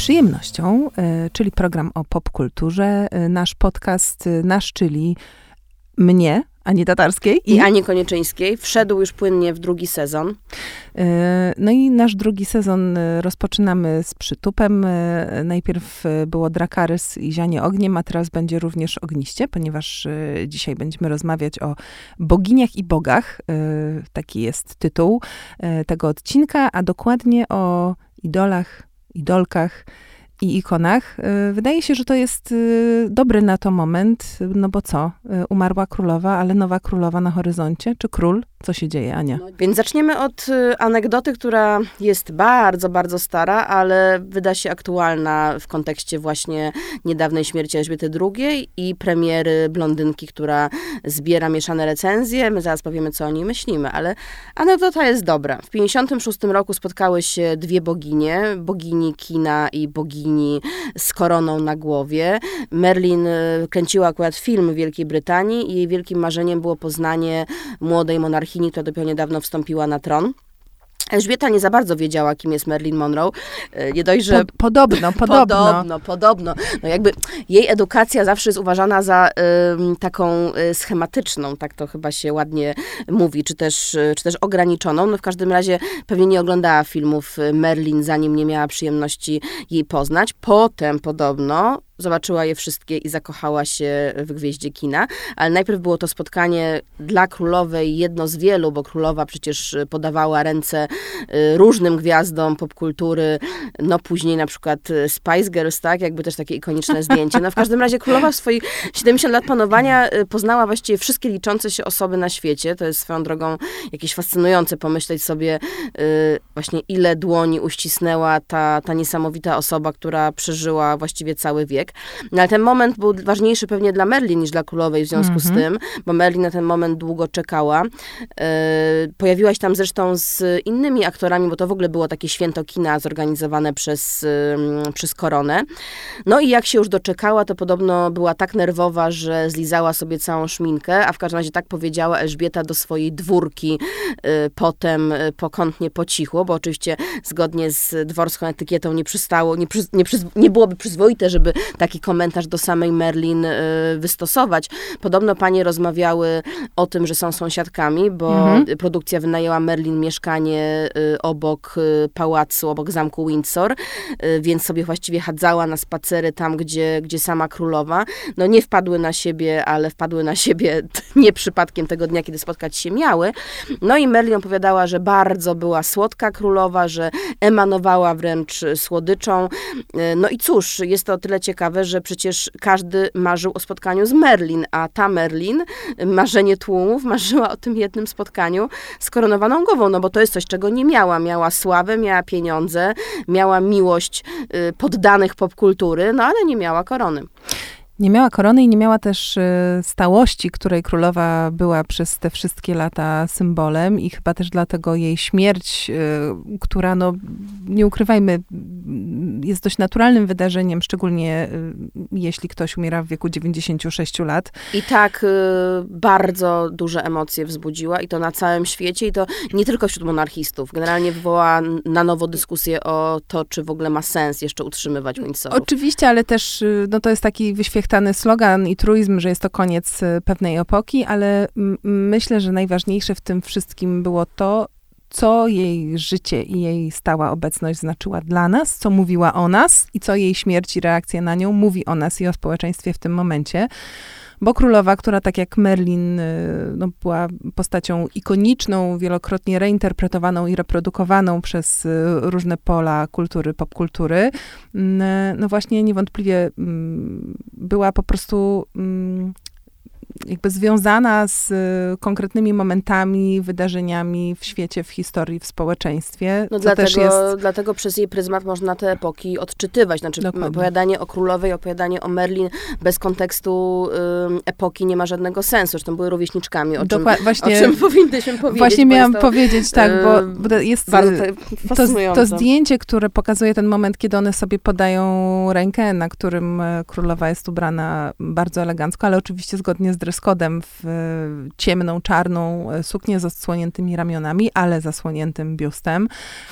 przyjemnością, czyli program o popkulturze. Nasz podcast, czyli mnie, Ani Tatarskiej i Ani Konieczyńskiej, wszedł już płynnie w drugi sezon. No i nasz drugi sezon rozpoczynamy z przytupem. Najpierw było Dracarys i Zianie ogniem, a teraz będzie również Ogniście, ponieważ dzisiaj będziemy rozmawiać o boginiach i bogach. Taki jest tytuł tego odcinka, a dokładnie o idolach, idolkach i ikonach. Wydaje się, że to jest dobry na to moment, no bo co? Umarła królowa, ale nowa królowa na horyzoncie? Czy król? Co się dzieje, Ania? No, więc zaczniemy od anegdoty, która jest bardzo, bardzo stara, ale wyda się aktualna w kontekście właśnie niedawnej śmierci Elżbiety II i premiery Blondynki, która zbiera mieszane recenzje. My zaraz powiemy, co o niej myślimy, ale anegdota jest dobra. W 1956 roku spotkały się dwie boginie, bogini kina i bogini z koroną na głowie. Merlin kręciła akurat film w Wielkiej Brytanii i jej wielkim marzeniem było poznanie młodej monarchini, która dopiero niedawno wstąpiła na tron. Elżbieta nie za bardzo wiedziała, kim jest Marilyn Monroe. Nie dość, że... Podobno. No jakby jej edukacja zawsze jest uważana za taką schematyczną, tak to chyba się ładnie mówi, czy też ograniczoną. No w każdym razie pewnie nie oglądała filmów Marilyn, zanim nie miała przyjemności jej poznać. Potem podobno zobaczyła je wszystkie i zakochała się w gwieździe kina, ale najpierw było to spotkanie dla królowej jedno z wielu, bo królowa przecież podawała ręce różnym gwiazdom popkultury, no później na przykład Spice Girls, tak, jakby też takie ikoniczne zdjęcie. No w każdym razie królowa w swoich 70 lat panowania poznała właściwie wszystkie liczące się osoby na świecie. To jest swoją drogą jakieś fascynujące pomyśleć sobie właśnie ile dłoni uścisnęła ta niesamowita osoba, która przeżyła właściwie cały wiek. No, ale ten moment był ważniejszy pewnie dla Merlin niż dla królowej w związku z tym, bo Merlin na ten moment długo czekała. Pojawiła się tam zresztą z innymi aktorami, bo to w ogóle było takie święto kina zorganizowane przez koronę. No i jak się już doczekała, to podobno była tak nerwowa, że zlizała sobie całą szminkę, a w każdym razie tak powiedziała Elżbieta do swojej dwórki potem pokątnie po cichu, bo oczywiście zgodnie z dworską etykietą nie przystało, nie byłoby przyzwoite, żeby taki komentarz do samej Merlin wystosować. Podobno panie rozmawiały o tym, że są sąsiadkami, bo produkcja wynajęła Merlin mieszkanie obok pałacu, obok zamku Windsor, więc sobie właściwie chadzała na spacery tam, gdzie sama królowa. No nie wpadły na siebie, ale wpadły na siebie nie przypadkiem tego dnia, kiedy spotkać się miały. No i Merlin opowiadała, że bardzo była słodka królowa, że emanowała wręcz słodyczą. No i cóż, jest to o tyle ciekawe, że przecież każdy marzył o spotkaniu z Merlin, a ta Merlin, marzenie tłumów, marzyła o tym jednym spotkaniu z koronowaną głową, no bo to jest coś, czego nie miała. Miała sławę, miała pieniądze, miała miłość poddanych popkultury, no ale nie miała korony. Nie miała korony i nie miała też stałości, której królowa była przez te wszystkie lata symbolem i chyba też dlatego jej śmierć, która, no nie ukrywajmy, jest dość naturalnym wydarzeniem, szczególnie jeśli ktoś umiera w wieku 96 lat. I tak bardzo duże emocje wzbudziła i to na całym świecie i to nie tylko wśród monarchistów. Generalnie wywołała na nowo dyskusję o to, czy w ogóle ma sens jeszcze utrzymywać Windsorów. Oczywiście, ale też no to jest taki wyświechtany slogan i truizm, że jest to koniec pewnej epoki, ale myślę, że najważniejsze w tym wszystkim było to, co jej życie i jej stała obecność znaczyła dla nas, co mówiła o nas i co jej śmierć i reakcja na nią mówi o nas i o społeczeństwie w tym momencie. Bo królowa, która tak jak Merlin no, była postacią ikoniczną, wielokrotnie reinterpretowaną i reprodukowaną przez różne pola kultury, popkultury, no właśnie niewątpliwie była po prostu jakby związana z konkretnymi momentami, wydarzeniami w świecie, w historii, w społeczeństwie. No dlatego przez jej pryzmat można te epoki odczytywać. Znaczy opowiadanie o królowej, opowiadanie o Merlin bez kontekstu epoki nie ma żadnego sensu. Zresztą były rówieśniczkami, o czym powinnyśmy powiedzieć. Właśnie miałam powiedzieć, tak, bo jest to zdjęcie, które pokazuje ten moment, kiedy one sobie podają rękę, na którym królowa jest ubrana bardzo elegancko, ale oczywiście zgodnie z dress codem w ciemną, czarną suknię z odsłoniętymi ramionami, ale zasłoniętym biustem.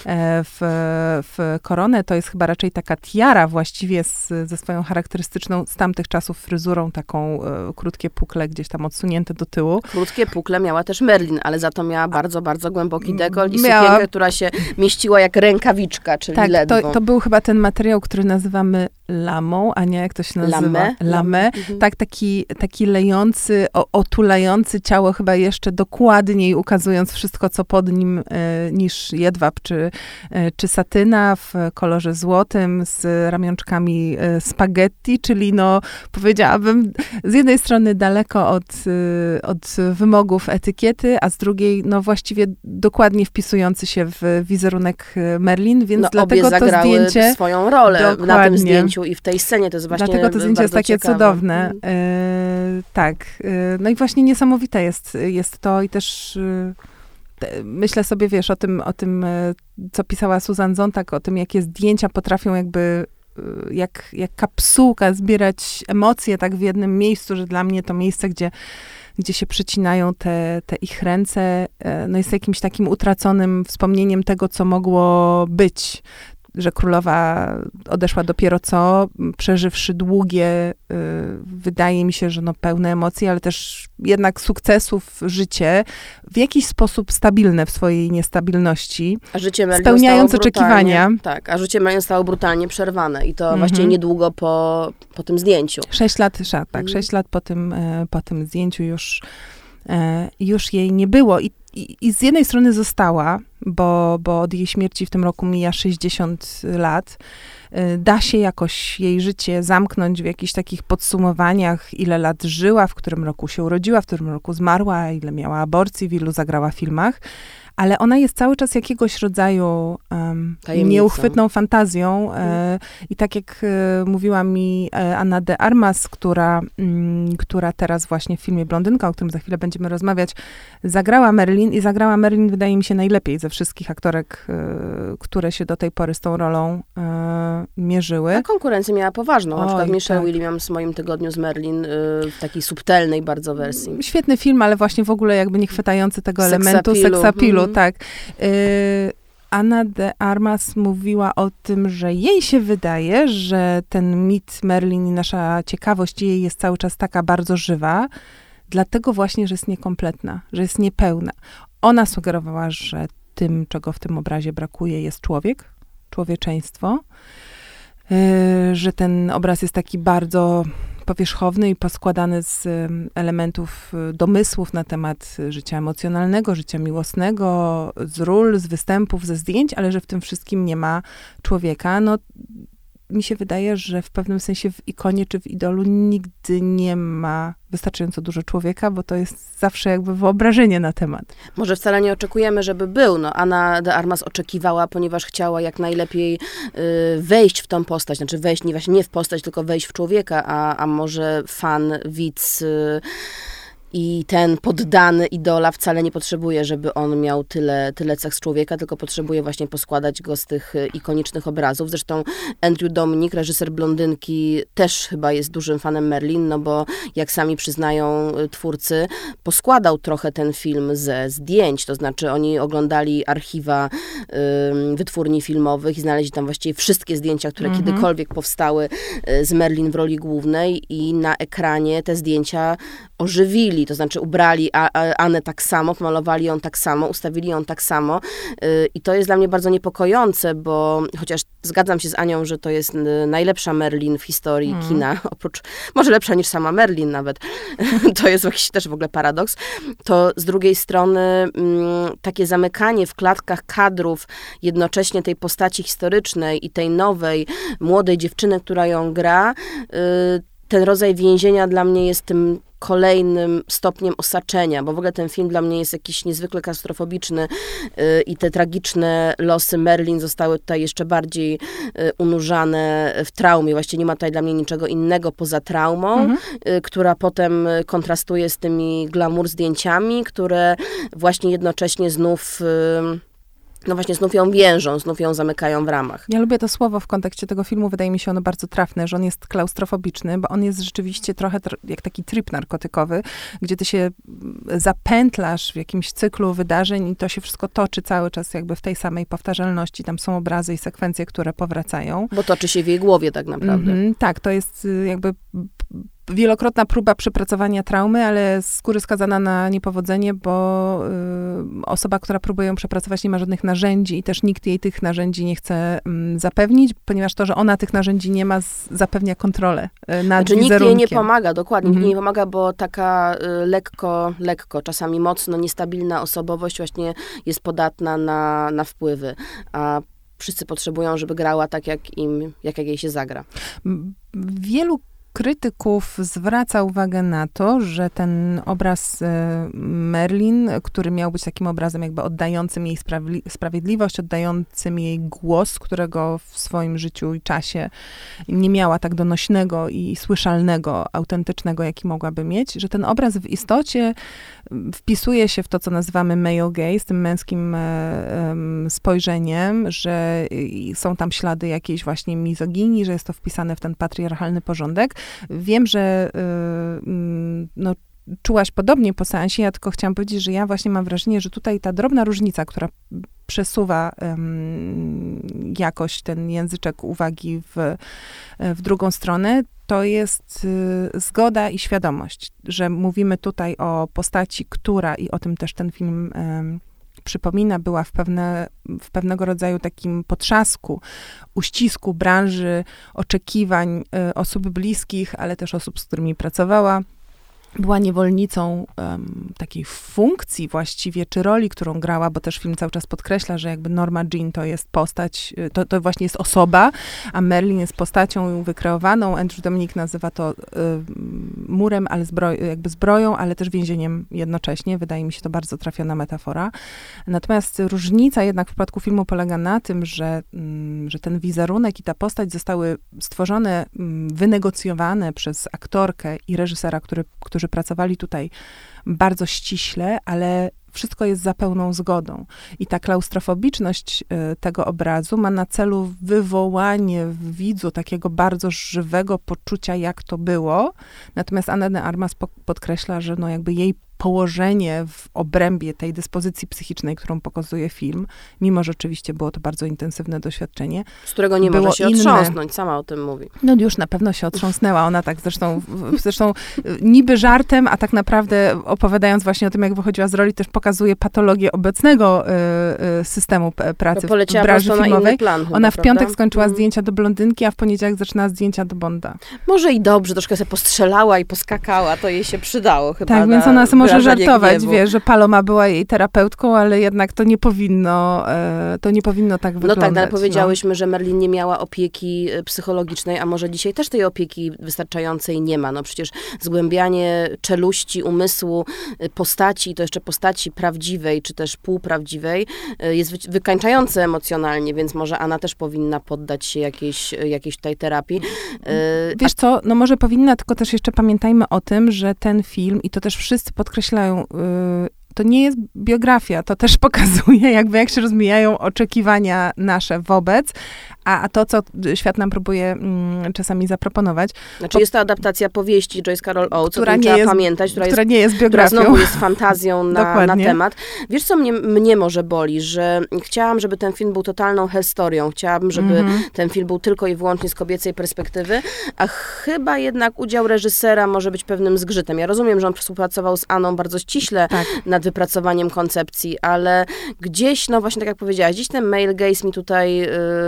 W koronę to jest chyba raczej taka tiara właściwie ze swoją charakterystyczną z tamtych czasów fryzurą, taką krótkie pukle gdzieś tam odsunięte do tyłu. Krótkie pukle miała też Merlin, ale za to miała bardzo, bardzo głęboki dekolt i sukienkę, która się mieściła jak rękawiczka, czyli tak, ledwo. To był chyba ten materiał, który nazywamy lamą, a nie jak to się nazywa? Lamę. Tak, taki lejący, otulający ciało chyba jeszcze dokładniej ukazując wszystko, co pod nim, niż jedwab czy satyna w kolorze złotym z ramionczkami spaghetti, czyli no powiedziałabym z jednej strony daleko od wymogów etykiety, a z drugiej no właściwie dokładnie wpisujący się w wizerunek Merlin, więc dlatego obie to zdjęcie swoją rolę dokładnie. Na tym zdjęciu i w tej scenie. To jest właśnie dlatego to zdjęcie jest takie ciekawe. cudowne. Tak. No i właśnie niesamowite jest to i też myślę sobie, wiesz, o tym, co pisała Susan Sontag, o tym, jakie zdjęcia potrafią jakby jak kapsułka zbierać emocje tak w jednym miejscu, że dla mnie to miejsce, gdzie się przecinają te ich ręce, no jest jakimś takim utraconym wspomnieniem tego, co mogło być. Że królowa odeszła dopiero co, przeżywszy długie, wydaje mi się, że no pełne emocji, ale też jednak sukcesów życie, w jakiś sposób stabilne w swojej niestabilności, a życie Merlin spełniając oczekiwania. Tak, a życie Merlin zostało brutalnie przerwane i to właściwie niedługo po tym zdjęciu. 6 lat, 6 lat po tym zdjęciu już jej nie było. I z jednej strony została, bo od jej śmierci w tym roku mija 60 lat. Da się jakoś jej życie zamknąć w jakichś takich podsumowaniach, ile lat żyła, w którym roku się urodziła, w którym roku zmarła, ile miała aborcji, w ilu zagrała filmach. Ale ona jest cały czas jakiegoś rodzaju nieuchwytną fantazją. I tak jak mówiła mi Ana de Armas, która teraz właśnie w filmie Blondynka, o którym za chwilę będziemy rozmawiać, zagrała Merlin, wydaje mi się, najlepiej ze wszystkich aktorek, które się do tej pory z tą rolą mierzyły. A konkurencję miała poważną. Na przykład Michelle tak. Williams w moim tygodniu z Merlin w takiej subtelnej bardzo wersji. Świetny film, ale właśnie w ogóle jakby nie chwytający tego elementu seksapilu. Tak. Anna de Armas mówiła o tym, że jej się wydaje, że ten mit Merlin i nasza ciekawość jej jest cały czas taka bardzo żywa, dlatego właśnie, że jest niekompletna, że jest niepełna. Ona sugerowała, że tym, czego w tym obrazie brakuje, jest człowieczeństwo, że ten obraz jest taki bardzo powierzchowny i poskładany z elementów domysłów na temat życia emocjonalnego, życia miłosnego, z ról, z występów, ze zdjęć, ale że w tym wszystkim nie ma człowieka. No, mi się wydaje, że w pewnym sensie w ikonie czy w idolu nigdy nie ma wystarczająco dużo człowieka, bo to jest zawsze jakby wyobrażenie na temat. Może wcale nie oczekujemy, żeby był. No, Anna de Armas oczekiwała, ponieważ chciała jak najlepiej wejść w tą postać. Znaczy wejść nie w postać, tylko wejść w człowieka, a może fan, widz i ten poddany idola wcale nie potrzebuje, żeby on miał tyle cech z człowieka, tylko potrzebuje właśnie poskładać go z tych ikonicznych obrazów. Zresztą Andrew Dominik, reżyser Blondynki, też chyba jest dużym fanem Merlin, no bo jak sami przyznają twórcy, poskładał trochę ten film ze zdjęć, to znaczy oni oglądali archiwa wytwórni filmowych i znaleźli tam właściwie wszystkie zdjęcia, które kiedykolwiek powstały z Merlin w roli głównej i na ekranie te zdjęcia ożywili, to znaczy ubrali Annę tak samo, pomalowali ją tak samo, ustawili ją tak samo i to jest dla mnie bardzo niepokojące, bo chociaż zgadzam się z Anią, że to jest najlepsza Merlin w historii kina, oprócz, może lepsza niż sama Merlin nawet, to jest jakiś też w ogóle paradoks, to z drugiej strony takie zamykanie w klatkach kadrów jednocześnie tej postaci historycznej i tej nowej, młodej dziewczyny, która ją gra, ten rodzaj więzienia dla mnie jest tym kolejnym stopniem osaczenia, bo w ogóle ten film dla mnie jest jakiś niezwykle klaustrofobiczny i te tragiczne losy Merlin zostały tutaj jeszcze bardziej unurzane w traumie. Właściwie nie ma tutaj dla mnie niczego innego poza traumą, która potem kontrastuje z tymi glamour zdjęciami, które właśnie jednocześnie znów no właśnie, znów ją więżą, znów ją zamykają w ramach. Ja lubię to słowo w kontekście tego filmu, wydaje mi się ono bardzo trafne, że on jest klaustrofobiczny, bo on jest rzeczywiście trochę jak taki trip narkotykowy, gdzie ty się zapętlasz w jakimś cyklu wydarzeń i to się wszystko toczy cały czas jakby w tej samej powtarzalności. Tam są obrazy i sekwencje, które powracają. Bo toczy się w jej głowie tak naprawdę. Tak, to jest jakby wielokrotna próba przepracowania traumy, ale z góry skazana na niepowodzenie, bo osoba, która próbuje ją przepracować, nie ma żadnych narzędzi i też nikt jej tych narzędzi nie chce zapewnić, ponieważ to, że ona tych narzędzi nie ma, zapewnia kontrolę nad wizerunkiem. Nikt jej nie pomaga, dokładnie. Nikt jej nie pomaga, bo taka lekko, czasami mocno niestabilna osobowość właśnie jest podatna na wpływy, a wszyscy potrzebują, żeby grała tak, jak jej się zagra. Wielu krytyków zwraca uwagę na to, że ten obraz Merlin, który miał być takim obrazem jakby oddającym jej sprawiedliwość, oddającym jej głos, którego w swoim życiu i czasie nie miała tak donośnego i słyszalnego, autentycznego, jaki mogłaby mieć, że ten obraz w istocie wpisuje się w to, co nazywamy male gaze, tym męskim spojrzeniem, że są tam ślady jakiejś właśnie mizoginii, że jest to wpisane w ten patriarchalny porządek. Wiem, że no, czułaś podobnie po seansie, ja tylko chciałam powiedzieć, że ja właśnie mam wrażenie, że tutaj ta drobna różnica, która przesuwa jakoś ten języczek uwagi w drugą stronę, to jest zgoda i świadomość, że mówimy tutaj o postaci, która, i o tym też ten film przypomina, była w pewnego rodzaju takim potrzasku, uścisku branży, oczekiwań osób bliskich, ale też osób, z którymi pracowała. Była niewolnicą takiej funkcji właściwie, czy roli, którą grała, bo też film cały czas podkreśla, że jakby Norma Jean to jest postać, to właśnie jest osoba, a Merlin jest postacią wykreowaną. Andrew Dominik nazywa to murem, ale jakby zbroją, ale też więzieniem jednocześnie. Wydaje mi się to bardzo trafiona metafora. Natomiast różnica jednak w przypadku filmu polega na tym, że ten wizerunek i ta postać zostały stworzone, wynegocjowane przez aktorkę i reżysera, którzy pracowali tutaj bardzo ściśle, ale wszystko jest za pełną zgodą. I ta klaustrofobiczność tego obrazu ma na celu wywołanie w widzu takiego bardzo żywego poczucia, jak to było. Natomiast Ana de Armas podkreśla, że no jakby jej położenie w obrębie tej dyspozycji psychicznej, którą pokazuje film, mimo że oczywiście było to bardzo intensywne doświadczenie. Z którego nie może się otrząsnąć, sama o tym mówi. No już na pewno się otrząsnęła, ona tak zresztą niby żartem, a tak naprawdę opowiadając właśnie o tym, jak wychodziła z roli, też pokazuje patologię obecnego systemu pracy w branży filmowej. Ona w piątek skończyła zdjęcia do Blondynki, a w poniedziałek zaczynała zdjęcia do Bonda. Może i dobrze, troszkę sobie postrzelała i poskakała, to jej się przydało chyba. Tak, więc ona sobie może żartować, wie, że Paloma była jej terapeutką, ale jednak to nie powinno tak wyglądać. No tak, ale powiedziałyśmy, że Merlin nie miała opieki psychologicznej, a może dzisiaj też tej opieki wystarczającej nie ma. No przecież zgłębianie czeluści, umysłu, postaci, to jeszcze postaci prawdziwej, czy też półprawdziwej, jest wykańczające emocjonalnie, więc może Anna też powinna poddać się jakiejś tutaj terapii. Wiesz co, no może powinna, tylko też jeszcze pamiętajmy o tym, że ten film, i to też wszyscy podkreślają, to nie jest biografia, to też pokazuje jakby jak się rozmijają oczekiwania nasze wobec, a to, co świat nam próbuje czasami zaproponować. Znaczy jest to adaptacja powieści Joyce Carol Oates, o tym trzeba pamiętać, która nie jest biografią. Która znowu jest fantazją na temat. Wiesz, co mnie może boli, że chciałam, żeby ten film był totalną historią. Chciałabym, żeby ten film był tylko i wyłącznie z kobiecej perspektywy, a chyba jednak udział reżysera może być pewnym zgrzytem. Ja rozumiem, że on współpracował z Anną bardzo ściśle nad wypracowaniem koncepcji, ale gdzieś, no właśnie tak jak powiedziałaś, gdzieś ten male gaze mi tutaj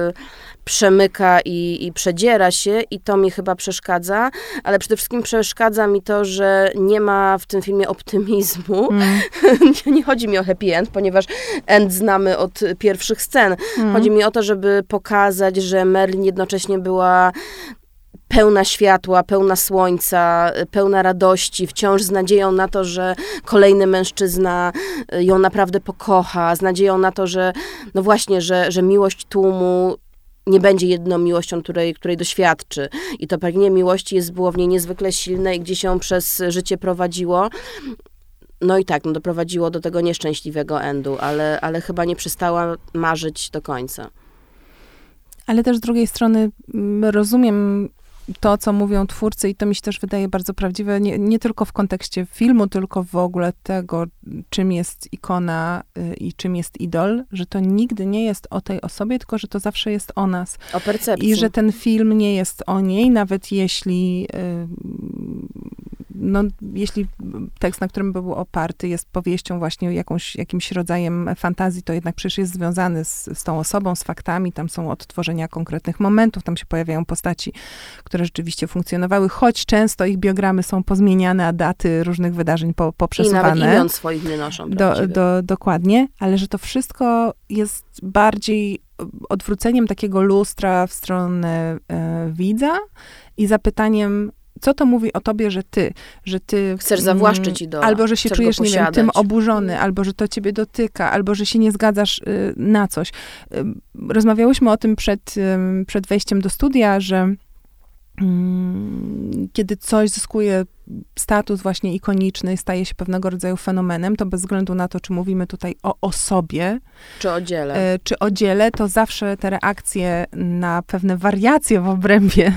przemyka i przedziera się i to mi chyba przeszkadza, ale przede wszystkim przeszkadza mi to, że nie ma w tym filmie optymizmu. Nie chodzi mi o happy end, ponieważ end znamy od pierwszych scen. Chodzi mi o to, żeby pokazać, że Merlin jednocześnie była pełna światła, pełna słońca, pełna radości, wciąż z nadzieją na to, że kolejny mężczyzna ją naprawdę pokocha, z nadzieją na to, że no właśnie, że miłość tłumu nie będzie jedną miłością, której doświadczy. I to pragnienie miłości było w niej niezwykle silne i gdzieś ją przez życie prowadziło. No i tak, no doprowadziło do tego nieszczęśliwego endu, ale chyba nie przestała marzyć do końca. Ale też z drugiej strony rozumiem to, co mówią twórcy i to mi się też wydaje bardzo prawdziwe, nie tylko w kontekście filmu, tylko w ogóle tego, czym jest ikona i czym jest idol, że to nigdy nie jest o tej osobie, tylko że to zawsze jest o nas. O percepcji. I że ten film nie jest o niej, nawet jeśli jeśli tekst, na którym był oparty, jest powieścią właśnie jakimś rodzajem fantazji, to jednak przecież jest związany z tą osobą, z faktami, tam są odtworzenia konkretnych momentów, tam się pojawiają postaci, które rzeczywiście funkcjonowały, choć często ich biogramy są pozmieniane, a daty różnych wydarzeń poprzesuwane. I nawet imion swoich nie noszą. Dokładnie, ale że to wszystko jest bardziej odwróceniem takiego lustra w stronę widza i zapytaniem, co to mówi o tobie, że ty chcesz zawłaszczyć idola. Albo, że się czujesz, nie wiem, tym oburzony, albo, że to ciebie dotyka, albo, że się nie zgadzasz na coś. Rozmawiałyśmy o tym przed wejściem do studia, że kiedy coś zyskuje status właśnie ikoniczny, staje się pewnego rodzaju fenomenem, to bez względu na to, czy mówimy tutaj o osobie, czy o dziele, to zawsze te reakcje na pewne wariacje w obrębie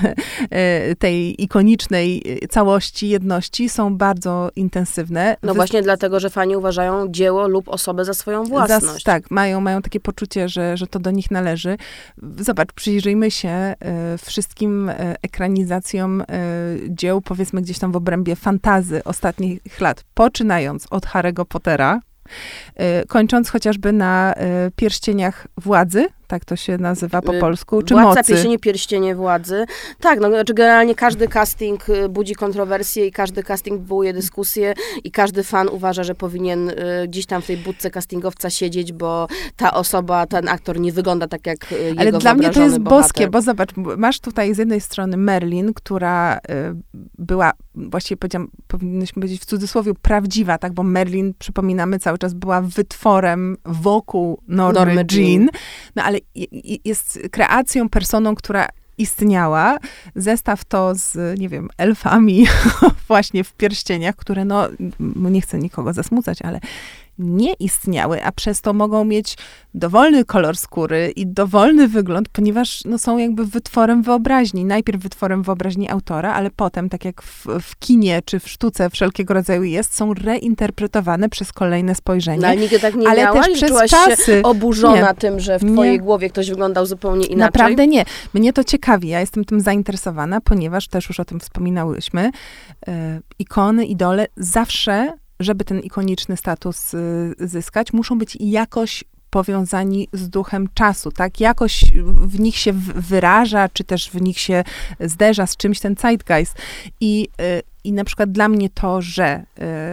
tej ikonicznej całości, jedności są bardzo intensywne. No właśnie dlatego, że fani uważają dzieło lub osobę za swoją własność. Tak, mają takie poczucie, że to do nich należy. Zobacz, przyjrzyjmy się wszystkim ekranizacjom dzieł, powiedzmy gdzieś tam w obrębie fantazy ostatnich lat, poczynając od Harry'ego Pottera, kończąc chociażby na Pierścieniach Władzy, tak to się nazywa po polsku, czy Władca, Mocy. Pierścienie, Pierścienie Władzy. Tak, no znaczy generalnie każdy casting budzi kontrowersje i każdy casting wywołuje dyskusję i każdy fan uważa, że powinien gdzieś tam w tej budce castingowca siedzieć, bo ta osoba, ten aktor nie wygląda tak jak jego Ale dla mnie to jest bohater. boskie, bo zobacz, masz tutaj z jednej strony Merlin, która była, właściwie powinnyśmy powiedzieć w cudzysłowie, prawdziwa, tak, bo Merlin, przypominamy, cały czas była wytworem wokół Normy Jean. No ale jest kreacją, personą, która istniała. Zestaw to z, nie wiem, elfami właśnie w pierścieniach, które, no, nie chcę nikogo zasmucać, ale nie istniały, a przez to mogą mieć dowolny kolor skóry i dowolny wygląd, ponieważ no, są jakby wytworem wyobraźni. Najpierw wytworem wyobraźni autora, ale potem, tak jak w kinie czy w sztuce wszelkiego rodzaju są reinterpretowane przez kolejne spojrzenie. No, ale nigdy tak nie ale miałaś? też przez Czułaś czasy. się oburzona tym, że w twojej Nie. głowie ktoś wyglądał zupełnie inaczej? Naprawdę nie. Mnie to ciekawi. Ja jestem tym zainteresowana, ponieważ też już o tym wspominałyśmy. Ikony, idole zawsze, żeby ten ikoniczny status zyskać, muszą być jakoś powiązani z duchem czasu, tak? Jakoś w nich się wyraża, czy też w nich się zderza z czymś ten zeitgeist. I na przykład dla mnie to, że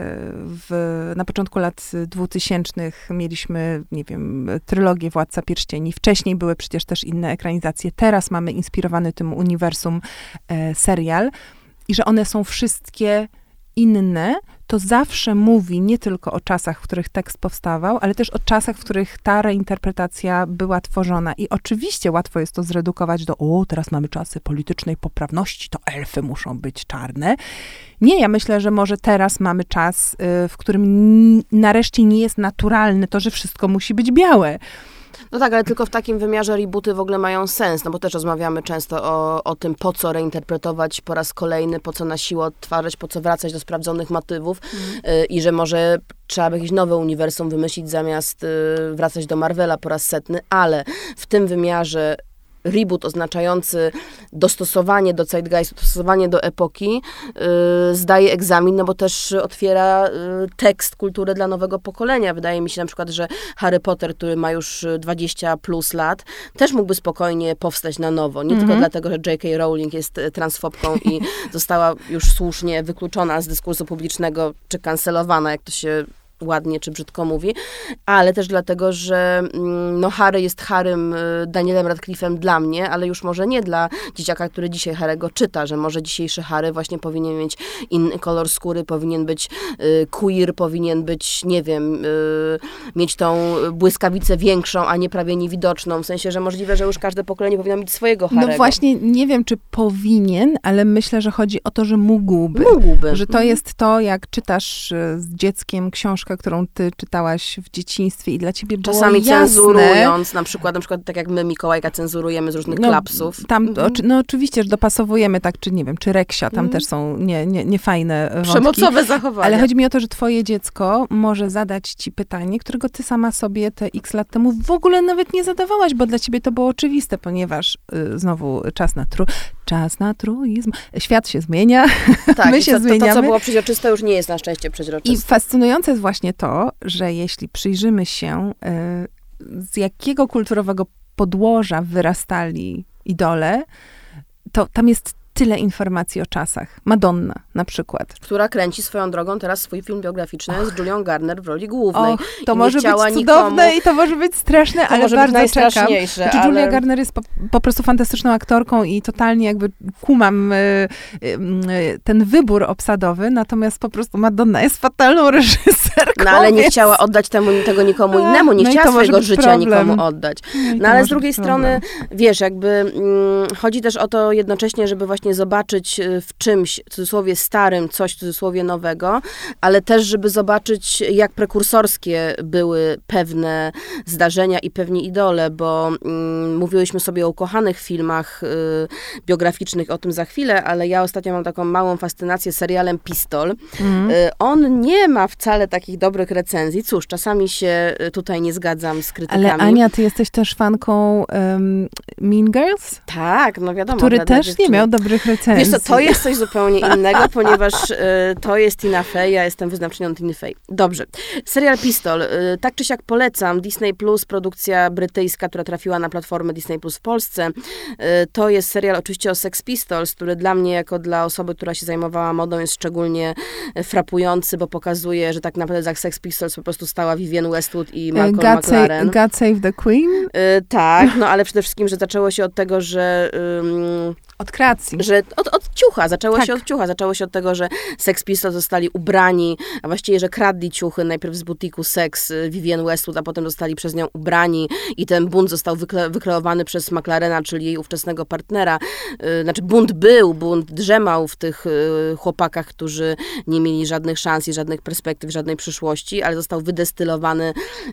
na początku lat 2000 mieliśmy, nie wiem, trylogię Władca Pierścieni. Wcześniej były przecież też inne ekranizacje. Teraz mamy inspirowany tym uniwersum serial. I że one są wszystkie inne, to zawsze mówi nie tylko o czasach, w których tekst powstawał, ale też o czasach, w których ta reinterpretacja była tworzona. I oczywiście łatwo jest to zredukować do, teraz mamy czasy politycznej poprawności, to elfy muszą być czarne. Nie, ja myślę, że może teraz mamy czas, w którym nareszcie nie jest naturalne to, że wszystko musi być białe. No tak, ale tylko w takim wymiarze rebooty w ogóle mają sens, no bo też rozmawiamy często o tym, po co reinterpretować po raz kolejny, po co na siłę odtwarzać, po co wracać do sprawdzonych motywów i że może trzeba by jakieś nowe uniwersum wymyślić zamiast wracać do Marvela po raz setny, ale w tym wymiarze reboot oznaczający dostosowanie do zeitgeistu, dostosowanie do epoki, zdaje egzamin, no bo też otwiera tekst, kulturę dla nowego pokolenia. Wydaje mi się na przykład, że Harry Potter, który ma już 20 plus lat, też mógłby spokojnie powstać na nowo. Nie tylko dlatego, że J.K. Rowling jest transfobką i została już słusznie wykluczona z dyskursu publicznego, czy kancelowana, jak to się ładnie czy brzydko mówi, ale też dlatego, że Harry jest Harrym Danielem Radcliffe'em dla mnie, ale już może nie dla dzieciaka, który dzisiaj Harry'ego czyta, że może dzisiejszy Harry właśnie powinien mieć inny kolor skóry, powinien być queer, powinien być, nie wiem, mieć tą błyskawicę większą, a nie prawie niewidoczną, w sensie, że możliwe, że już każde pokolenie powinno mieć swojego Harry'ego. No właśnie, nie wiem, czy powinien, ale myślę, że chodzi o to, że mógłby. Że to jest to, jak czytasz z dzieckiem książkę, którą ty czytałaś w dzieciństwie i dla ciebie było czasami jasne. cenzurując, na przykład tak jak my Mikołajka cenzurujemy z różnych klapsów. Tam, oczywiście, że dopasowujemy tak, czy nie wiem, czy Reksia, tam też są niefajne wątki. Przemocowe zachowania. Ale chodzi mi o to, że twoje dziecko może zadać ci pytanie, którego ty sama sobie te x lat temu w ogóle nawet nie zadawałaś, bo dla ciebie to było oczywiste, ponieważ znowu czas na truizm. Świat się zmienia, tak, my się zmieniamy. To, co było przeźroczyste, już nie jest na szczęście przeźroczyste. I fascynujące jest właśnie to, że jeśli przyjrzymy się, z jakiego kulturowego podłoża wyrastali idole, to tam jest tyle informacji o czasach. Madonna na przykład. Która kręci swoją drogą teraz swój film biograficzny z Julią Garner w roli głównej. To może być cudowne i to może być straszne, ale bardzo czekam. Julia Garner jest po prostu fantastyczną aktorką i totalnie jakby kumam ten wybór obsadowy, natomiast po prostu Madonna jest fatalną reżyserką. No ale nie chciała oddać tego nikomu innemu, nie chciała swojego życia nikomu oddać. No ale z drugiej strony, wiesz, jakby chodzi też o to jednocześnie, żeby właśnie zobaczyć w czymś, w cudzysłowie starym, coś w cudzysłowie nowego, ale też, żeby zobaczyć, jak prekursorskie były pewne zdarzenia i pewni idole, bo mówiłyśmy sobie o ukochanych filmach biograficznych, o tym za chwilę, ale ja ostatnio mam taką małą fascynację serialem Pistol. On nie ma wcale takich dobrych recenzji. Cóż, czasami się tutaj nie zgadzam z krytykami. Ale Ania, ty jesteś też fanką Mean Girls? Tak, no wiadomo. Który też nie miał dobrych recenzji. Wiesz co, to jest coś zupełnie innego, ponieważ to jest Tina Fey, ja jestem wyznawczynią Tiny Fey. Dobrze. Serial Pistol. Tak czy siak polecam. Disney Plus, produkcja brytyjska, która trafiła na platformę Disney Plus w Polsce. To jest serial oczywiście o Sex Pistols, który dla mnie, jako dla osoby, która się zajmowała modą, jest szczególnie frapujący, bo pokazuje, że tak naprawdę za Sex Pistols po prostu stała Vivienne Westwood i Malcolm McLaren. God Save the Queen? Tak, no ale przede wszystkim, że zaczęło się od tego, że od kreacji. Że od ciucha. Zaczęło się od ciucha. Zaczęło się od tego, że Sex Pistols zostali ubrani, a właściwie, że kradli ciuchy najpierw z butiku Sex Vivienne Westwood, a potem zostali przez nią ubrani i ten bunt został wykreowany przez McLarena, czyli jej ówczesnego partnera. Znaczy bunt drzemał w tych chłopakach, którzy nie mieli żadnych szans i żadnych perspektyw, żadnej przyszłości, ale został wydestylowany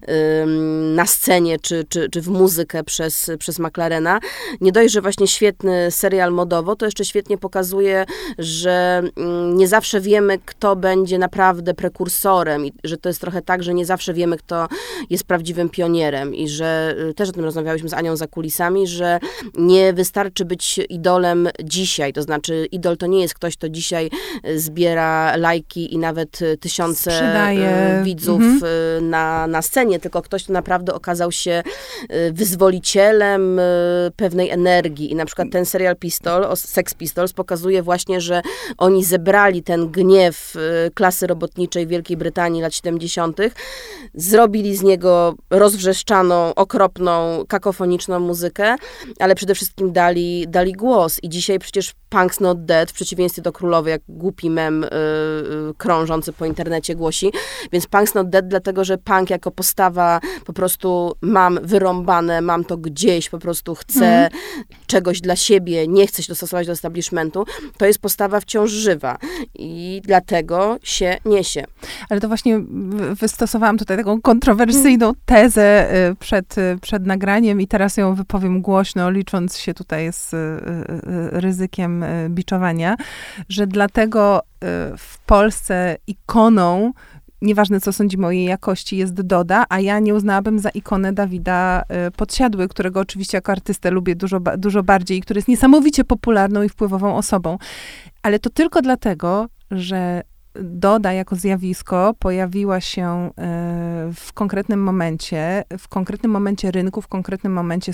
na scenie czy w muzykę przez McLarena. Nie dość, że właśnie świetny serial modowo, to jeszcze świetnie pokazuje, że nie zawsze wiemy, kto będzie naprawdę prekursorem i że to jest trochę tak, że nie zawsze wiemy, kto jest prawdziwym pionierem i że też o tym rozmawiałyśmy z Anią za kulisami, że nie wystarczy być idolem dzisiaj, to znaczy idol to nie jest ktoś, kto dzisiaj zbiera lajki i nawet tysiące widzów na scenie, tylko ktoś, kto naprawdę okazał się wyzwolicielem pewnej energii i na przykład ten serial Sex Pistols pokazuje właśnie, że oni zebrali ten gniew klasy robotniczej Wielkiej Brytanii lat 70., zrobili z niego rozwrzeszczaną, okropną, kakofoniczną muzykę, ale przede wszystkim dali głos. I dzisiaj przecież Punk's Not Dead, w przeciwieństwie do Królowej, jak głupi mem krążący po internecie głosi. Więc Punk's Not Dead, dlatego, że punk jako postawa po prostu mam wyrąbane, mam to gdzieś, po prostu chcę czegoś dla siebie, nie chcę się dostosować do establishmentu, to jest postawa wciąż żywa i dlatego się niesie. Ale to właśnie wystosowałam tutaj taką kontrowersyjną tezę przed nagraniem i teraz ją wypowiem głośno, licząc się tutaj z ryzykiem biczowania, że dlatego w Polsce ikoną, nieważne co sądzimy o jej jakości, jest Doda, a ja nie uznałabym za ikonę Dawida Podsiadły, którego oczywiście jako artystę lubię dużo bardziej i który jest niesamowicie popularną i wpływową osobą. Ale to tylko dlatego, że Doda jako zjawisko pojawiła się w konkretnym momencie rynku, w konkretnym momencie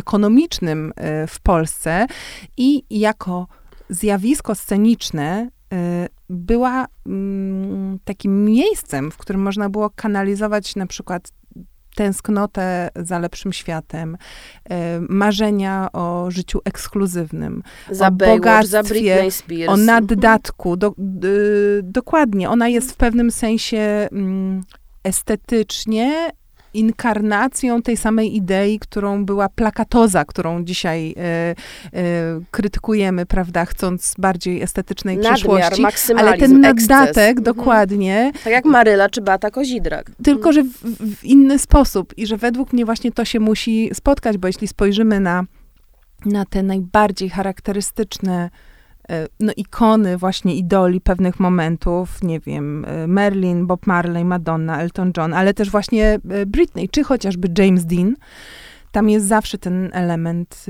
społeczno-ekonomicznym w Polsce i jako zjawisko sceniczne była takim miejscem, w którym można było kanalizować na przykład tęsknotę za lepszym światem, marzenia o życiu ekskluzywnym, za o Baywatch, za bogactwie, Britney Spears. o naddatku. Dokładnie. Ona jest w pewnym sensie estetycznie inkarnacją tej samej idei, którą była plakatoza, którą dzisiaj krytykujemy, prawda, chcąc bardziej estetycznej przyszłości. Ale ten naddatek, dokładnie. Tak jak Maryla czy Beata Kozidrak. Tylko, że w inny sposób i że według mnie właśnie to się musi spotkać, bo jeśli spojrzymy na te najbardziej charakterystyczne ikony, właśnie idoli pewnych momentów, nie wiem, Marilyn, Bob Marley, Madonna, Elton John, ale też właśnie Britney, czy chociażby James Dean, tam jest zawsze ten element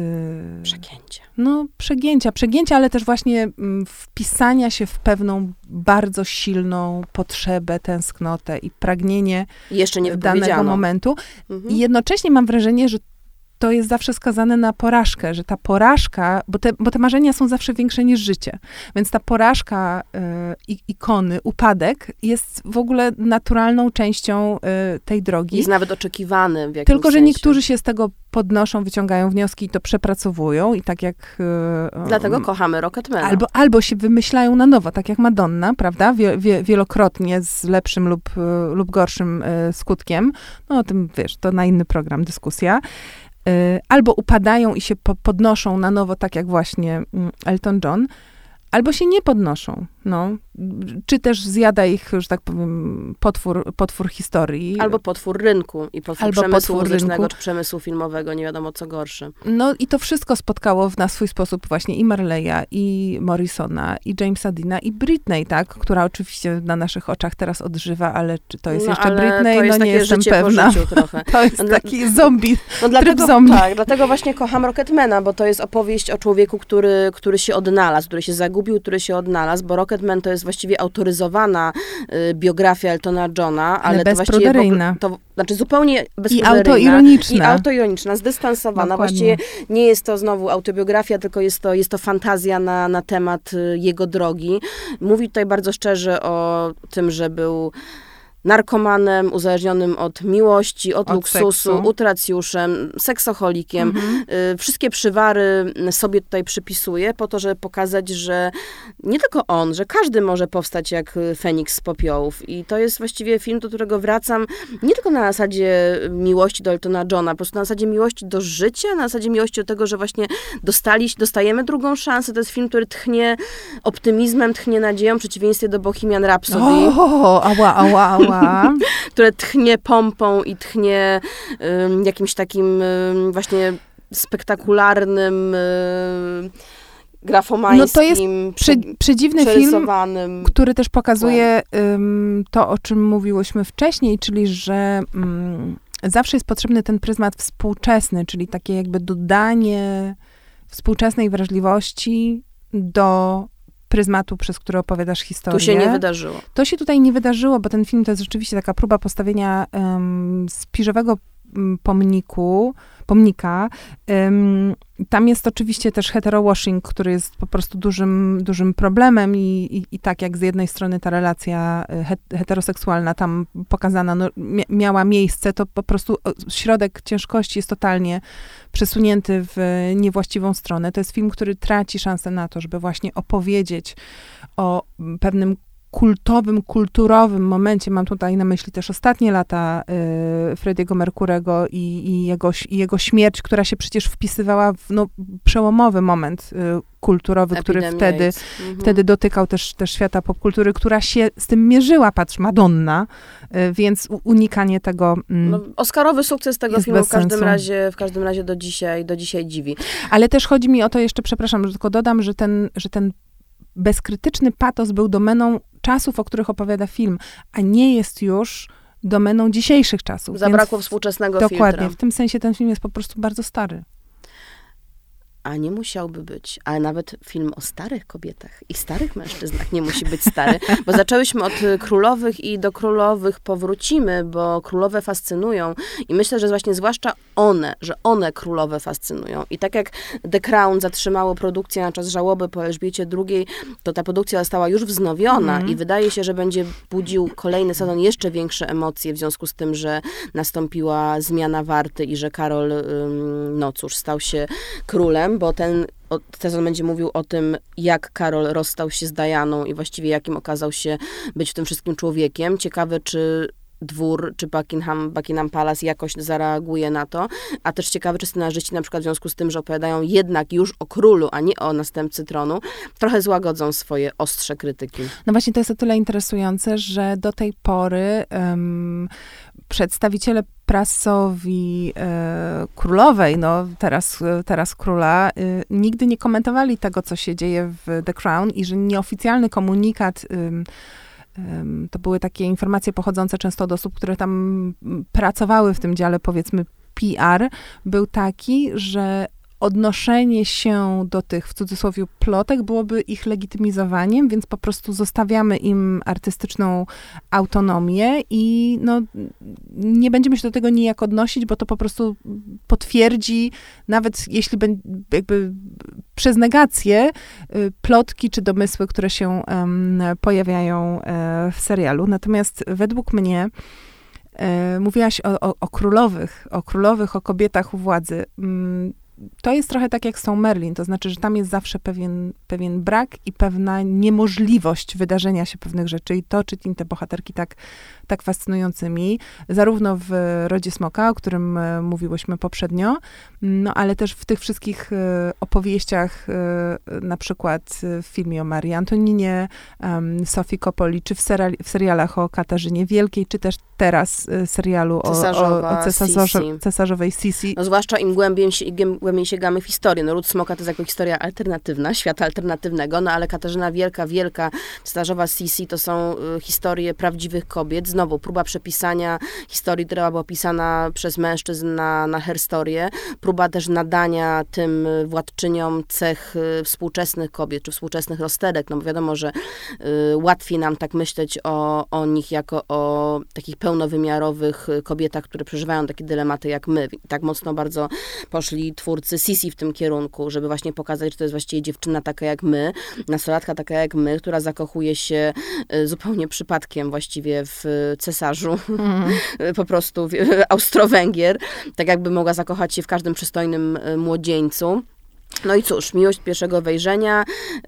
przegięcia, ale też właśnie wpisania się w pewną bardzo silną potrzebę, tęsknotę i pragnienie jeszcze nie danego momentu. I jednocześnie mam wrażenie, że to jest zawsze skazane na porażkę, że ta porażka, bo te marzenia są zawsze większe niż życie, więc ta porażka ikony, upadek jest w ogóle naturalną częścią tej drogi. Jest nawet oczekiwany w jakimś Tylko, że sensie. niektórzy się z tego podnoszą, wyciągają wnioski i to przepracowują i tak jak... Dlatego kochamy Rocketmana. Albo się wymyślają na nowo, tak jak Madonna, prawda? Wielokrotnie z lepszym lub gorszym skutkiem. No o tym, wiesz, to na inny program dyskusja. Albo upadają i się podnoszą na nowo, tak jak właśnie Elton John, albo się nie podnoszą, Czy też zjada ich, że tak powiem, potwór historii. Albo potwór rynku i potwór przemysłu muzycznego czy przemysłu filmowego, nie wiadomo co gorsze. No i to wszystko spotkało na swój sposób właśnie i Marleya, i Morrisona, i Jamesa Deana, i Britney, tak? Która oczywiście na naszych oczach teraz odżywa, ale czy to jest jeszcze Britney? To jest nie jestem pewna. Po życiu trochę. To jest taki zombie, tryb zombie. Tak, dlatego właśnie kocham Rocketmana, bo to jest opowieść o człowieku, który się odnalazł, który się zagubił, który się odnalazł, bo Rocketman to jest właściwie autoryzowana biografia Eltona Johna, ale to właściwie to znaczy zupełnie bezpruderyjna. I autoironiczna, zdystansowana. Dokładnie. Właściwie nie jest to znowu autobiografia, tylko jest to fantazja na temat jego drogi. Mówi tutaj bardzo szczerze o tym, że był narkomanem, uzależnionym od miłości, od luksusu, seksu. Utracjuszem, seksoholikiem. Wszystkie przywary sobie tutaj przypisuje po to, żeby pokazać, że nie tylko on, że każdy może powstać jak Feniks z popiołów. I to jest właściwie film, do którego wracam nie tylko na zasadzie miłości do Eltona Johna, po prostu na zasadzie miłości do życia, na zasadzie miłości do tego, że właśnie dostajemy drugą szansę. To jest film, który tchnie optymizmem, tchnie nadzieją, w przeciwieństwie do Bohemian Rhapsody. Ała. Które tchnie pompą i tchnie jakimś takim właśnie spektakularnym, grafomańskim, to jest przedziwny film, który też pokazuje to, o czym mówiłyśmy wcześniej, czyli że zawsze jest potrzebny ten pryzmat współczesny, czyli takie jakby dodanie współczesnej wrażliwości do pryzmatu, przez który opowiadasz historię. Tu się nie wydarzyło. To się tutaj nie wydarzyło, bo ten film to jest rzeczywiście taka próba postawienia spiżowego pomnika. Tam jest oczywiście też hetero-washing, który jest po prostu dużym problemem i tak jak z jednej strony ta relacja heteroseksualna tam pokazana miała miejsce, to po prostu środek ciężkości jest totalnie przesunięty w niewłaściwą stronę. To jest film, który traci szansę na to, żeby właśnie opowiedzieć o pewnym kulturowym momencie, mam tutaj na myśli też ostatnie lata Freddie'ego Mercurego i jego śmierć, która się przecież wpisywała w przełomowy moment kulturowy, który wtedy dotykał też dotykał popkultury, która się z tym mierzyła, patrz, Madonna, więc unikanie tego Oscarowy sukces tego filmu w każdym razie do dzisiaj dziwi. Ale też chodzi mi o to jeszcze, przepraszam, że tylko dodam, że ten bezkrytyczny patos był domeną czasów, o których opowiada film, a nie jest już domeną dzisiejszych czasów. Zabrakło współczesnego filtra. Dokładnie. W tym sensie ten film jest po prostu bardzo stary. a nie musiałby być. Ale nawet film o starych kobietach i starych mężczyznach nie musi być stary, bo zaczęłyśmy od królowych i do królowych powrócimy, bo królowe fascynują i myślę, że właśnie zwłaszcza one królowe fascynują. I tak jak The Crown zatrzymało produkcję na czas żałoby po Elżbiecie II, to ta produkcja została już wznowiona i wydaje się, że będzie budził kolejny sezon jeszcze większe emocje w związku z tym, że nastąpiła zmiana warty i że Karol, no cóż, stał się królem, bo ten sezon będzie mówił o tym, jak Karol rozstał się z Dianą i właściwie jakim okazał się być w tym wszystkim człowiekiem. Ciekawe, czy dwór, czy Buckingham Palace jakoś zareaguje na to, a też ciekawe, czy scenarzyści na przykład w związku z tym, że opowiadają jednak już o królu, a nie o następcy tronu, trochę złagodzą swoje ostrze krytyki. No właśnie to jest o tyle interesujące, że do tej pory przedstawiciele prasowi królowej, no teraz króla, nigdy nie komentowali tego, co się dzieje w The Crown i że nieoficjalny komunikat to były takie informacje pochodzące często od osób, które tam pracowały w tym dziale, powiedzmy, PR, był taki, że odnoszenie się do tych, w cudzysłowie, plotek byłoby ich legitymizowaniem, więc po prostu zostawiamy im artystyczną autonomię i no, nie będziemy się do tego nijak odnosić, bo to po prostu potwierdzi, nawet jeśli jakby przez negację, plotki czy domysły, które się pojawiają w serialu. Natomiast według mnie mówiłaś o królowych, o kobietach u władzy. To jest trochę tak jak z tą Merlin, to znaczy, że tam jest zawsze pewien brak i pewna niemożliwość wydarzenia się pewnych rzeczy i to czyni te bohaterki tak fascynującymi, zarówno w Rodzie Smoka, o którym mówiłyśmy poprzednio, no ale też w tych wszystkich opowieściach, na przykład w filmie o Marii Antoninie, Sofii Coppoli, czy w serialach o Katarzynie Wielkiej, czy też teraz serialu o cesarzowej Sisi. No zwłaszcza im głębiej sięgamy w historię. No Ród Smoka to jest jako historia alternatywna, świata alternatywnego, no ale Katarzyna Wielka, cesarzowa Sisi to są historie prawdziwych kobiet. Znowu próba przepisania historii, która była pisana przez mężczyzn na herstorię. Próba też nadania tym władczyniom cech współczesnych kobiet, czy współczesnych rozterek, no bo wiadomo, że łatwiej nam tak myśleć o nich jako o takich pełnowymiarowych kobietach, które przeżywają takie dylematy jak my. Tak mocno bardzo poszli twórcy Sisi w tym kierunku, żeby właśnie pokazać, że to jest właściwie dziewczyna taka jak my, nastolatka taka jak my, która zakochuje się zupełnie przypadkiem właściwie w cesarzu, po prostu Austro-Węgier, tak jakby mogła zakochać się w każdym przystojnym młodzieńcu. No i cóż, miłość pierwszego wejrzenia,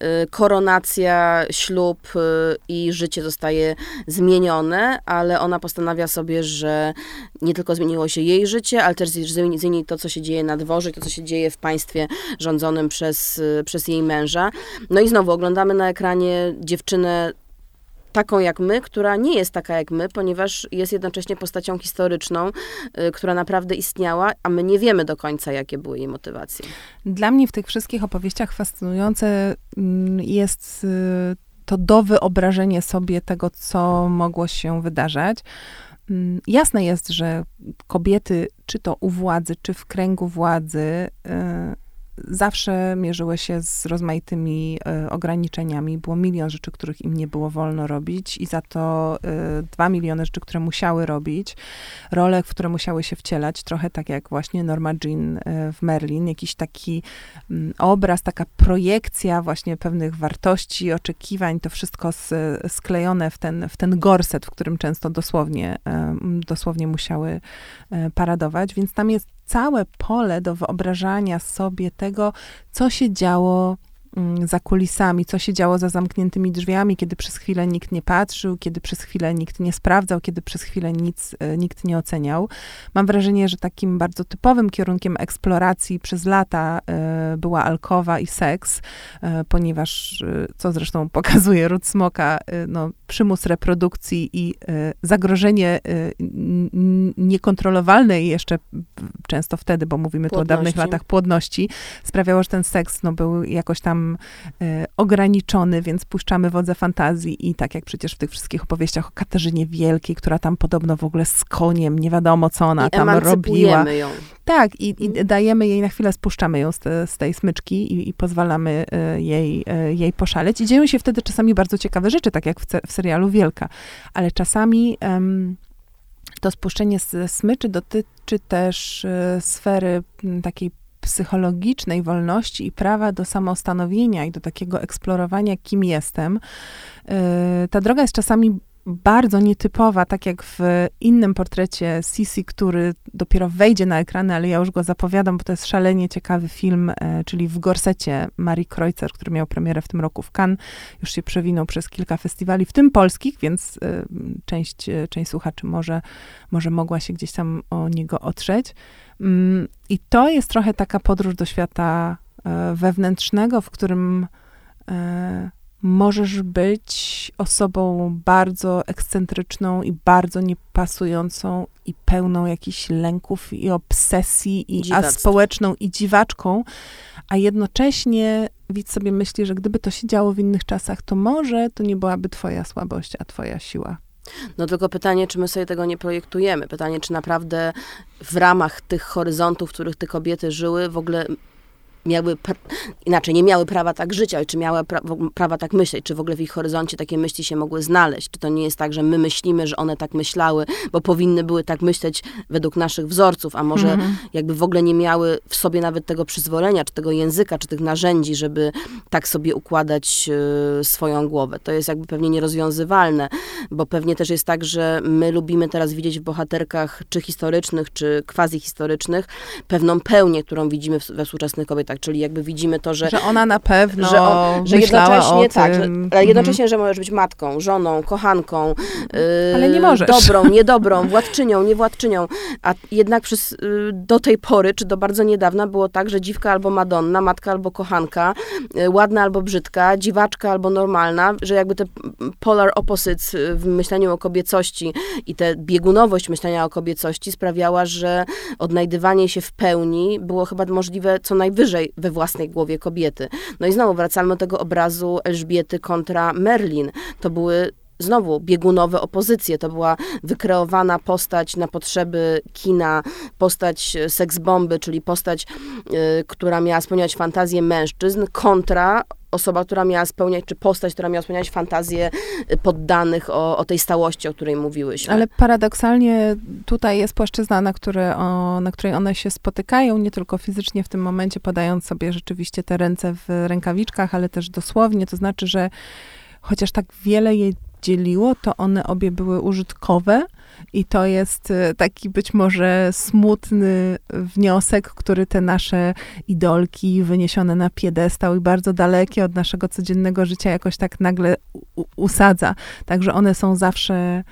koronacja, ślub i życie zostaje zmienione, ale ona postanawia sobie, że nie tylko zmieniło się jej życie, ale też zmieni to, co się dzieje na dworze, to, co się dzieje w państwie rządzonym przez jej męża. No i znowu oglądamy na ekranie dziewczynę taką jak my, która nie jest taka jak my, ponieważ jest jednocześnie postacią historyczną, która naprawdę istniała, a my nie wiemy do końca, jakie były jej motywacje. Dla mnie w tych wszystkich opowieściach fascynujące jest to dowyobrażenie sobie tego, co mogło się wydarzać. Jasne jest, że kobiety, czy to u władzy, czy w kręgu władzy, zawsze mierzyły się z rozmaitymi ograniczeniami. Było milion rzeczy, których im nie było wolno robić i za to 2 miliony rzeczy, które musiały robić. Role, w które musiały się wcielać. Trochę tak jak właśnie Norma Jean w Merlin. Jakiś taki obraz, taka projekcja właśnie pewnych wartości, oczekiwań. To wszystko sklejone w ten gorset, w którym często dosłownie musiały paradować. Więc tam jest całe pole do wyobrażania sobie tego, co się działo za kulisami, co się działo za zamkniętymi drzwiami, kiedy przez chwilę nikt nie patrzył, kiedy przez chwilę nikt nie sprawdzał, kiedy przez chwilę nikt nie oceniał. Mam wrażenie, że takim bardzo typowym kierunkiem eksploracji przez lata była alkowa i seks, ponieważ, co zresztą pokazuje Ród Smoka, no, przymus reprodukcji i zagrożenie niekontrolowalnej jeszcze często wtedy, bo mówimy tu o dawnych latach, płodności, sprawiało, że ten seks no, był jakoś tam tam ograniczony, więc puszczamy wodze fantazji i tak jak przecież w tych wszystkich opowieściach o Katarzynie Wielkiej, która tam podobno w ogóle z koniem, nie wiadomo co ona tam robiła. Ją. Tak, i dajemy jej na chwilę, spuszczamy ją z tej smyczki i pozwalamy jej poszaleć. I dzieją się wtedy czasami bardzo ciekawe rzeczy, tak jak w serialu Wielka. Ale czasami to spuszczenie ze smyczy dotyczy też sfery takiej psychologicznej wolności i prawa do samostanowienia i do takiego eksplorowania, kim jestem. Ta droga jest czasami bardzo nietypowa, tak jak w innym portrecie Sisi, który dopiero wejdzie na ekrany, ale ja już go zapowiadam, bo to jest szalenie ciekawy film, czyli W gorsecie Marii Kreutzer, który miał premierę w tym roku w Cannes. Już się przewinął przez kilka festiwali, w tym polskich, więc część słuchaczy może mogła się gdzieś tam o niego otrzeć. I to jest trochę taka podróż do świata wewnętrznego, w którym możesz być osobą bardzo ekscentryczną i bardzo niepasującą i pełną jakichś lęków i obsesji, aspołeczną i dziwaczką, a jednocześnie widz sobie myśli, że gdyby to się działo w innych czasach, to może to nie byłaby twoja słabość, a twoja siła. No tylko pytanie, czy my sobie tego nie projektujemy. Pytanie, czy naprawdę w ramach tych horyzontów, w których te kobiety żyły, w ogóle nie miały prawa tak żyć, ale czy miały prawa tak myśleć, czy w ogóle w ich horyzoncie takie myśli się mogły znaleźć, czy to nie jest tak, że my myślimy, że one tak myślały, bo powinny były tak myśleć według naszych wzorców, a może jakby w ogóle nie miały w sobie nawet tego przyzwolenia, czy tego języka, czy tych narzędzi, żeby tak sobie układać swoją głowę. To jest jakby pewnie nierozwiązywalne, bo pewnie też jest tak, że my lubimy teraz widzieć w bohaterkach, czy historycznych, czy quasi-historycznych, pewną pełnię, którą widzimy we współczesnych kobietach. Czyli jakby widzimy to, że ona na pewno że jednocześnie tak, jednocześnie, że możesz być matką, żoną, kochanką, ale nie możesz. Dobrą, niedobrą, władczynią, niewładczynią. A jednak do tej pory, czy do bardzo niedawna było tak, że dziwka albo Madonna, matka albo kochanka, ładna albo brzydka, dziwaczka albo normalna, że jakby te polar opposites w myśleniu o kobiecości i tę biegunowość myślenia o kobiecości sprawiała, że odnajdywanie się w pełni było chyba możliwe co najwyżej we własnej głowie kobiety. No i znowu wracamy do tego obrazu Elżbiety kontra Merlin. To były znowu biegunowe opozycje. To była wykreowana postać na potrzeby kina, postać seksbomby, czyli postać, która miała spełniać fantazję mężczyzn, kontra osoba, która miała spełniać, czy postać, która miała spełniać fantazję poddanych o tej stałości, o której mówiłyśmy. Ale paradoksalnie tutaj jest płaszczyzna, na której one się spotykają, nie tylko fizycznie w tym momencie, podając sobie rzeczywiście te ręce w rękawiczkach, ale też dosłownie. To znaczy, że chociaż tak wiele je dzieliło, to one obie były użytkowe i to jest taki być może smutny wniosek, który te nasze idolki wyniesione na piedestał i bardzo dalekie od naszego codziennego życia jakoś tak nagle usadza. Także one są zawsze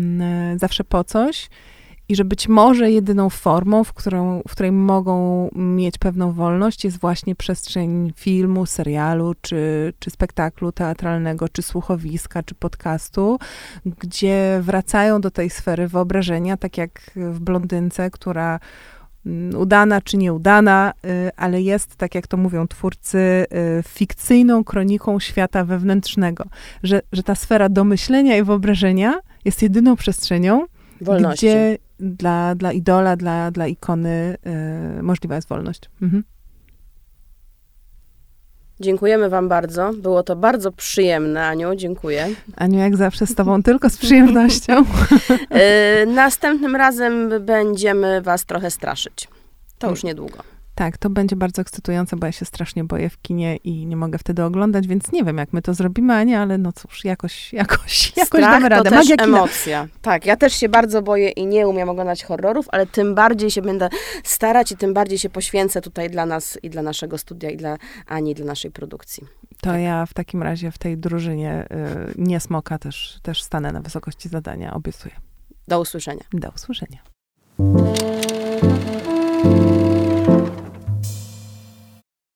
po coś. I że być może jedyną formą, w której mogą mieć pewną wolność, jest właśnie przestrzeń filmu, serialu, czy spektaklu teatralnego, czy słuchowiska, czy podcastu, gdzie wracają do tej sfery wyobrażenia, tak jak w Blondynce, która udana czy nieudana, ale jest, tak jak to mówią twórcy, fikcyjną kroniką świata wewnętrznego. Że ta sfera domyślenia i wyobrażenia jest jedyną przestrzenią, wolności. Gdzie dla idola, dla ikony możliwa jest wolność. Dziękujemy wam bardzo. Było to bardzo przyjemne, Aniu. Dziękuję. Aniu, jak zawsze z tobą tylko z przyjemnością. Następnym razem będziemy was trochę straszyć. To już niedługo. Tak, to będzie bardzo ekscytujące, bo ja się strasznie boję w kinie i nie mogę wtedy oglądać, więc nie wiem, jak my to zrobimy, Ania, ale no cóż, jakoś damy radę. To też emocja. Tak, ja też się bardzo boję i nie umiem oglądać horrorów, ale tym bardziej się będę starać i tym bardziej się poświęcę tutaj dla nas i dla naszego studia i dla Ani, i dla naszej produkcji. To tak. Ja w takim razie w tej drużynie nie smoka też stanę na wysokości zadania, obiecuję. Do usłyszenia. Do usłyszenia.